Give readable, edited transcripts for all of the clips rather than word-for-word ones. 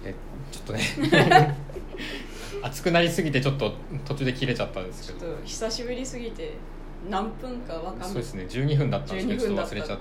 ちょっとね熱くなりすぎてちょっと途中で切れちゃったんですけど、 ちょっと久しぶりすぎて何分か分かんない。 そうですね、12分だったんですけどちょっと忘れちゃって、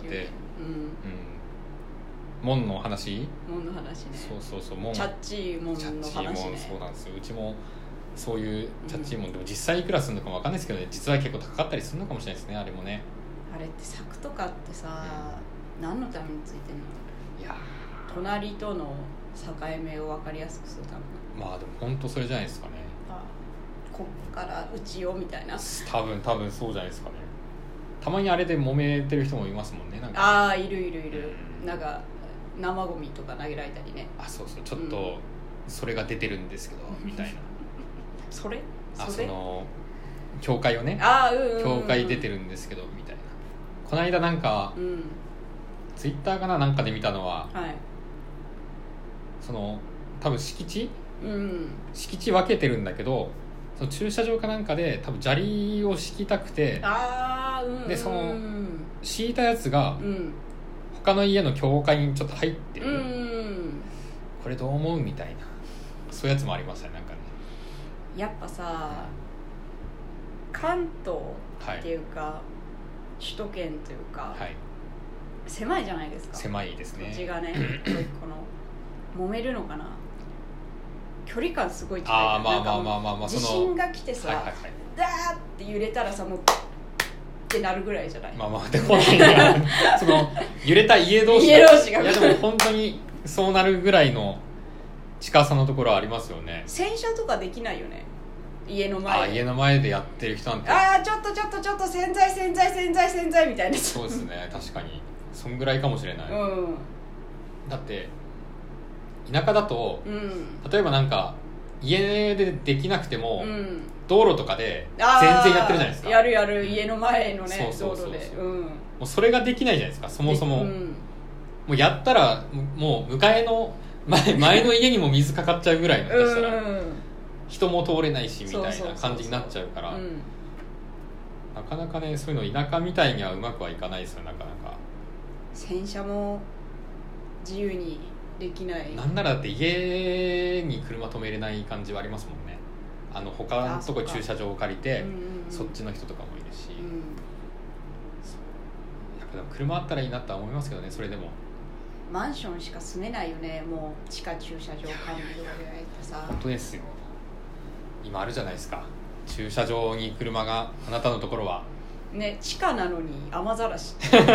門の話門の話ね。 そう門チャッチー門の話ね。 そうなんですよ。うちもそういうチャッチー門でも実際いくらするのかも分かんないですけどね、実は結構高かったりするのかもしれないですね、あれもね。 あれって柵とかってさ、何のためについてんの？ いや隣との境目を分かりやすくするため。 まあでも本当それじゃないですかね。 こっからうちよみたいな。 多分そうじゃないですかね。たまにあれで揉めてる人もいますもんね。なんかいる、なんか生ゴミとか投げられたりね。 そうちょっとそれが出てるんですけど、みたいなそれその教会をね、教会出てるんですけどみたいな。この間なんか、ツイッターかなんかで見たのは、その多分敷地分けてるんだけど、その駐車場かなんかで多分砂利を敷きたくて、でその敷いたやつが、他の家の教会にちょっと入ってる、これどう思うみたいな、そういうやつもありましたね。なんかね、 やっぱさ、関東っていうか、首都圏というか、狭いじゃないですか。 狭いですね。 土地がねこの揉めるのかな、距離感すごい近い。 まあ地震が来てさ、ダーって揺れたらさ、もうってなるぐらいじゃない。 でもその揺れた家同士がいやでも本当にそうなるぐらいの近さのところはありますよね。 洗車とかできないよね、家の前で。 家の前でやってる人なんて、 ちょっと洗剤みたいな。 そうですね、確かにそんぐらいかもしれない。だって田舎だと、例えばなんか家でできなくても、道路とかで全然やってるじゃないですか。 やる家の前のね、道路で。 もうそれができないじゃないですか、そもそも。もうやったらもう向かいの前の家にも水かかっちゃうぐらいの下手したら人も通れないしみたいな感じになっちゃうから、なかなかね、そういうの田舎みたいにはうまくはいかないですよ、なかなか。 洗車も自由にできない。 なんならだって家に車止めれない感じはありますもんね。他のとこ駐車場を借りて、そっちの人とかもいるし、やっぱでも車あったらいいなとは思いますけどね。それでもマンションしか住めないよね、もう地下駐車場管理とかでやってさ。 本当ですよ。今あるじゃないですか、駐車場に車が、あなたのところはね、地下なのに雨ざらし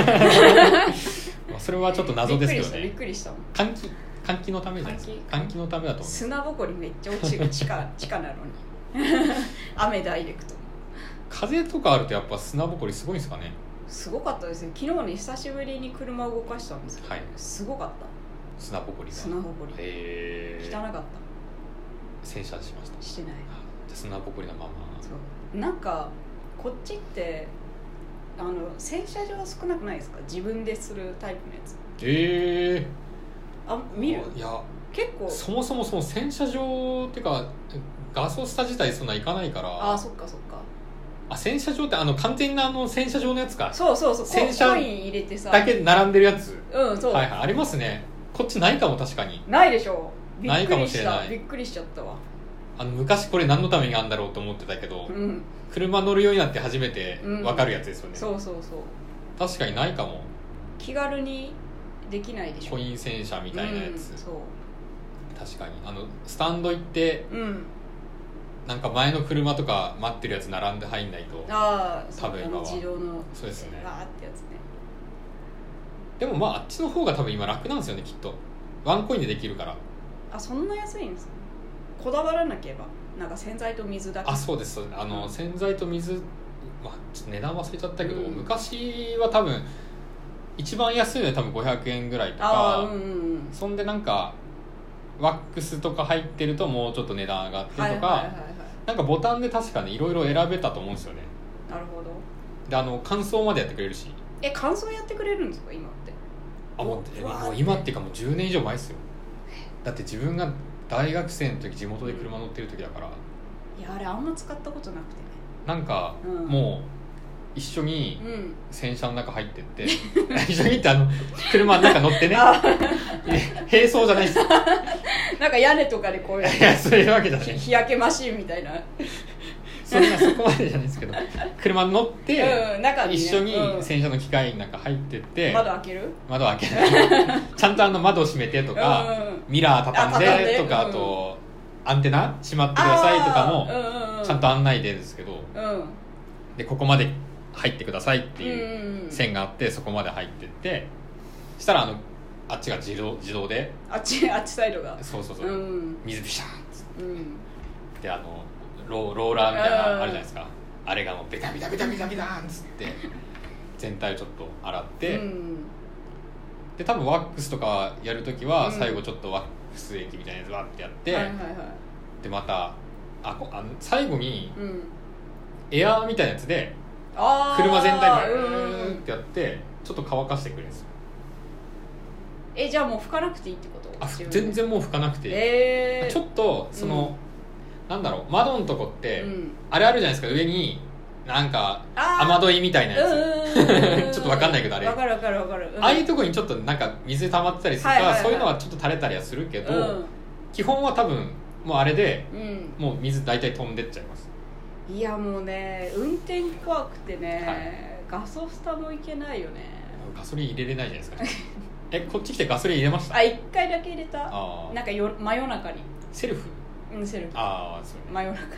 それはちょっと謎ですけどね。 びっくりしたもん。 換気のためじゃないですか。換気のためだと思う。 砂ぼこりめっちゃ落ちる地下なのに雨ダイレクト。 風とかあるとやっぱ砂ぼこりすごいんですかね。 すごかったですね。昨日に久しぶりに車を動かしたんですけど、すごかった。 砂ぼこりが。 砂ぼこり。汚かった。 洗車しました。 してない。 じゃ砂ぼこりのまま。 そう。なんかこっちって洗車場少なくないですか？自分でするタイプのやつ。見る？ いや結構。 そもそもその洗車場っていうかガソスタ自体そんな行かないから。 そっか。 洗車場って完全な洗車場のやつか。 そう洗車コイン入れてさだけ並んでるやつ。 そう。 ありますね。こっちないかも。確かにないでしょ。 ないかもしれない。 びっくりしちゃったわ。 昔これ何のためにあるんだろうと思ってたけど、車乗るようになって初めて分かるやつですよね。 そう確かにないかも。 気軽にできないでしょ。 コイン洗車みたいなやつ。 そう確かにスタンド行って、なんか前の車とか待ってるやつ並んで入んないと。多分今は自動のそうですね。 わーってやつね。 でもあっちの方が多分今楽なんですよね、きっと。ワンコインでできるから。 そんな安いんですか？こだわらなければ。なんか洗剤と水だけ。 そうです。洗剤と水、ちょっと値段忘れちゃったけど、昔は多分一番安いのは多分500円ぐらいとか、そんでなんかワックスとか入ってるともうちょっと値段上がってとか、なんかボタンで確かねいろいろ選べたと思うんですよね。 なるほど。 で乾燥までやってくれるし。 乾燥やってくれるんですか今って？ もう今っていうかもう10年以上前ですよ。だって自分が大学生の時地元で車乗ってる時だから。 いやあれあんま使ったことなくてね。 なんか、もう一緒に洗車の中入ってって、一緒にって車の中乗ってね並走じゃないですよ。 なんか屋根とかでこうやっていやそういうわけじゃない日焼けマシーンみたいなそこまでじゃないですけど車に乗って、中にね、一緒に洗車の機械の中入ってって、 窓開ける？ 窓開けないちゃんと窓を閉めてとか、ミラー畳んでとか、あとアンテナ閉まってくださいとかもちゃんと案内でですけど、でここまで入ってくださいっていう線があって、そこまで入ってってしたらあっちが自動であっちサイドがそう、水ビシャーッつって、でローラーみたいなのあるじゃないですか、あれがもうベタベタベタベタベタっつって全体をちょっと洗って、で多分ワックスとかやるときは最後ちょっとワックス液みたいなやつバッてやって、でまた最後にエアーみたいなやつで車全体にってやってちょっと乾かしてくれるんですよ。 じゃあもう拭かなくていいってこと？ 全然もう拭かなくていい、ちょっとなんだろう、窓のとこって、あれあるじゃないですか、上になんか雨どいみたいなやつちょっと分かんないけど、あれ分かる、 ああいうとこにちょっとなんか水溜まってたりするから、そういうのはちょっと垂れたりはするけど、基本は多分もうあれで、もう水大体飛んでっちゃいます。 いやもうね、運転怖くてね、ガソスタもいけないよね。 ガソリン入れれないじゃないですかこっち来てガソリン入れました ？1回だけ入れた。なんか真夜中にセルフ？ セルフ。 そう真夜中に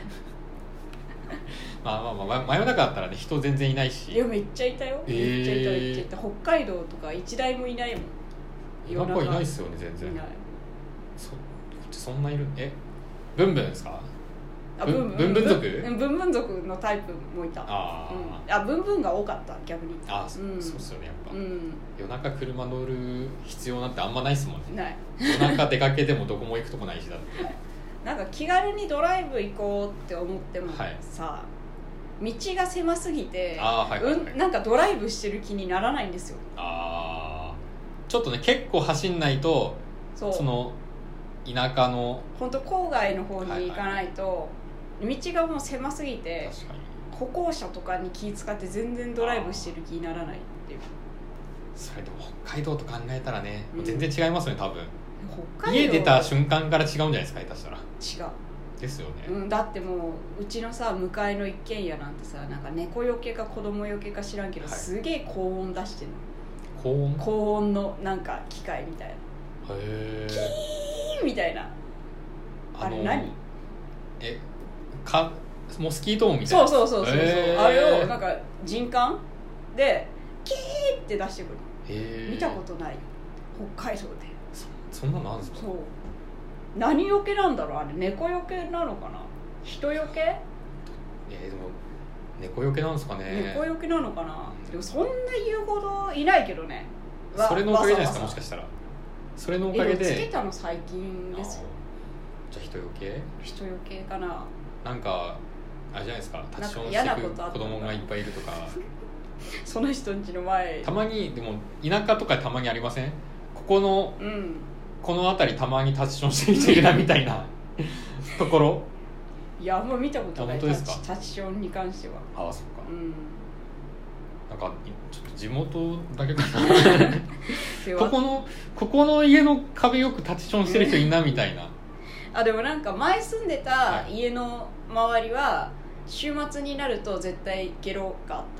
真夜中だったらね、人全然いないし。 いやめっちゃいたよ、めっちゃいた。北海道とか一台もいないもん。 夜中いないっすよね、全然いない。こっちそんないる？ブンブンですか？ブンブン族？ ブンブン族のタイプもいた。ブンブンが多かった、逆に。 そうっすよね、やっぱ、夜中車乗る必要なんてあんまないっすもんね。ない夜中出かけてもどこも行くとこないし、だってなんか気軽にドライブ行こうって思ってもさ、道が狭すぎて、なんかドライブしてる気にならないんですよ。 ちょっとね、結構走んないと、その田舎の本当郊外の方に行かないと、道がもう狭すぎて歩行者とかに気使って全然ドライブしてる気にならないっていう。 それでも北海道と考えたらね、全然違いますよね、多分。家出た瞬間から違うんじゃないですか、下手したら。違うですよね、 だってもううちのさ、向かいの一軒家なんてさ、なんか猫よけか子供よけか知らんけど、すげえ高音出してるの。高音のなんか機械みたいな、キーみたいな。あれ何？ モスキート音みたいな。 そうあれをなんか人感でキーって出してくる。見たことない、北海道で。 そんなのあるんですか？ そう、何よけなんだろう、あれ。猫よけなのかな、人よけ？ でも猫よけなんですかね。 猫よけなのかな。でもそんな言うほどいないけどね。 それのおかげじゃないですか、もしかしたら。それのおかげでつけたの最近ですよ。 じゃあ人よけかな。 なんかあれじゃないですか、立ちションしてく子供がいっぱいいるとかその人ん家の前たまに。でも田舎とかたまにありません？この辺りたまに立ちションしてる人いるなみたいなところ。 いや、あんま見たことない。 本当ですか？ 立ちションに関しては。 そうか、なんかちょっと地元だけかなここの家の壁よく立ちションしてる人いんなみたいなでもなんか前住んでた家の周りは週末になると絶対ゲロがあった。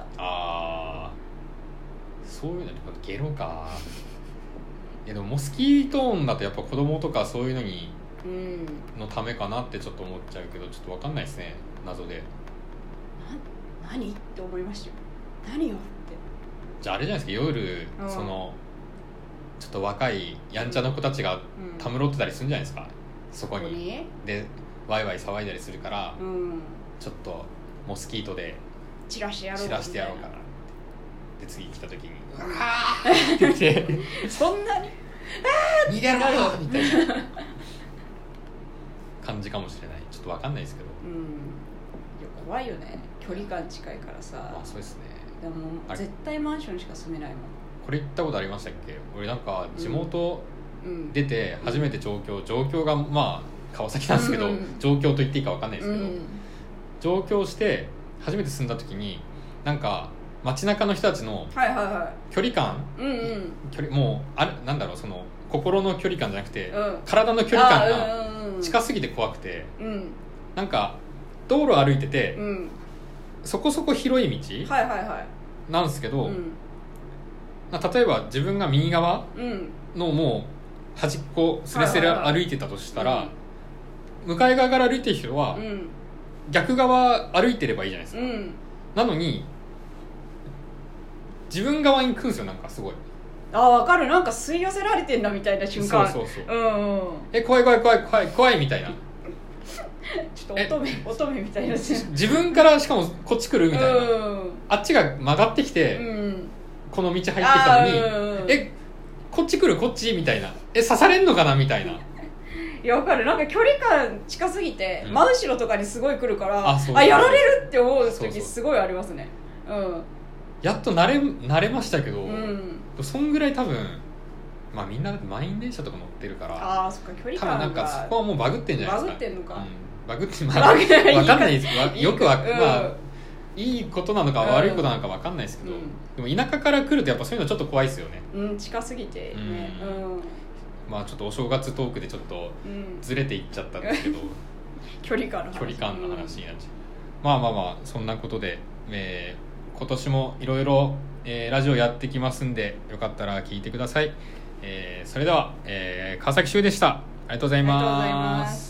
そういうのゲロか。いやでもモスキート音だとやっぱ子供とかそういうのにのためかなってちょっと思っちゃうけど、ちょっと分かんないですね、謎で。 何って思いましたよ。何よって。 じゃああれじゃないですか、夜そのちょっと若いやんちゃな子たちがたむろってたりするんじゃないですか、そこに。でワイワイ騒いだりするから、ちょっとモスキートで散らしてやろうかな。 で次来た時にうわーって言ってそんなに逃げろみたいな感じかもしれない。ちょっと分かんないですけど。 いや怖いよね、距離感近いからさ。 そうですね。 でも絶対マンションしか住めないもん。 これ行ったことありましたっけ？俺なんか地元出て初めて状況がまあ川崎なんですけど、状況と言っていいか分かんないですけど、上京して初めて住んだ時になんか街中の人たちの距離感、距離もうなんだろう、その心の距離感じゃなくて、体の距離感が近すぎて怖くて、なんか道路歩いてて、そこそこ広い道なんですけど、例えば自分が右側のもう端っこスレスレ歩いてたとしたら、向かい側から歩いてる人は逆側歩いてればいいじゃないですか、なのに自分側に来るんですよ。なんかすごい分かる。なんか吸い寄せられてんなみたいな瞬間。 そう怖いみたいなちょっと乙女みたいな。 自分からしかもこっち来るみたいな、あっちが曲がってきて、この道入ってきたのに、こっち来るこっちみたいな、刺されんのかなみたいな。 いや分かる。なんか距離感近すぎて、真後ろとかにすごい来るから、やられるって思う時すごいありますね。 やっと慣れましたけど、そんぐらい多分、みんな満員電車とか乗ってるから、 そっか、距離感が多分なんかそこはもうバグってんじゃないですか。 バグってんのか、 バグって分かんないですよくいいことなのか悪いことなのか分かんないですけど、でも田舎から来るとやっぱそういうのちょっと怖いですよね。 近すぎてね。 ちょっとお正月トークでちょっとずれていっちゃったんですけど、 距離感の話になっちゃう。そんなことで、今年もいろいろラジオやってきますんで、よかったら聞いてください。それでは、川崎修でした。ありがとうございます。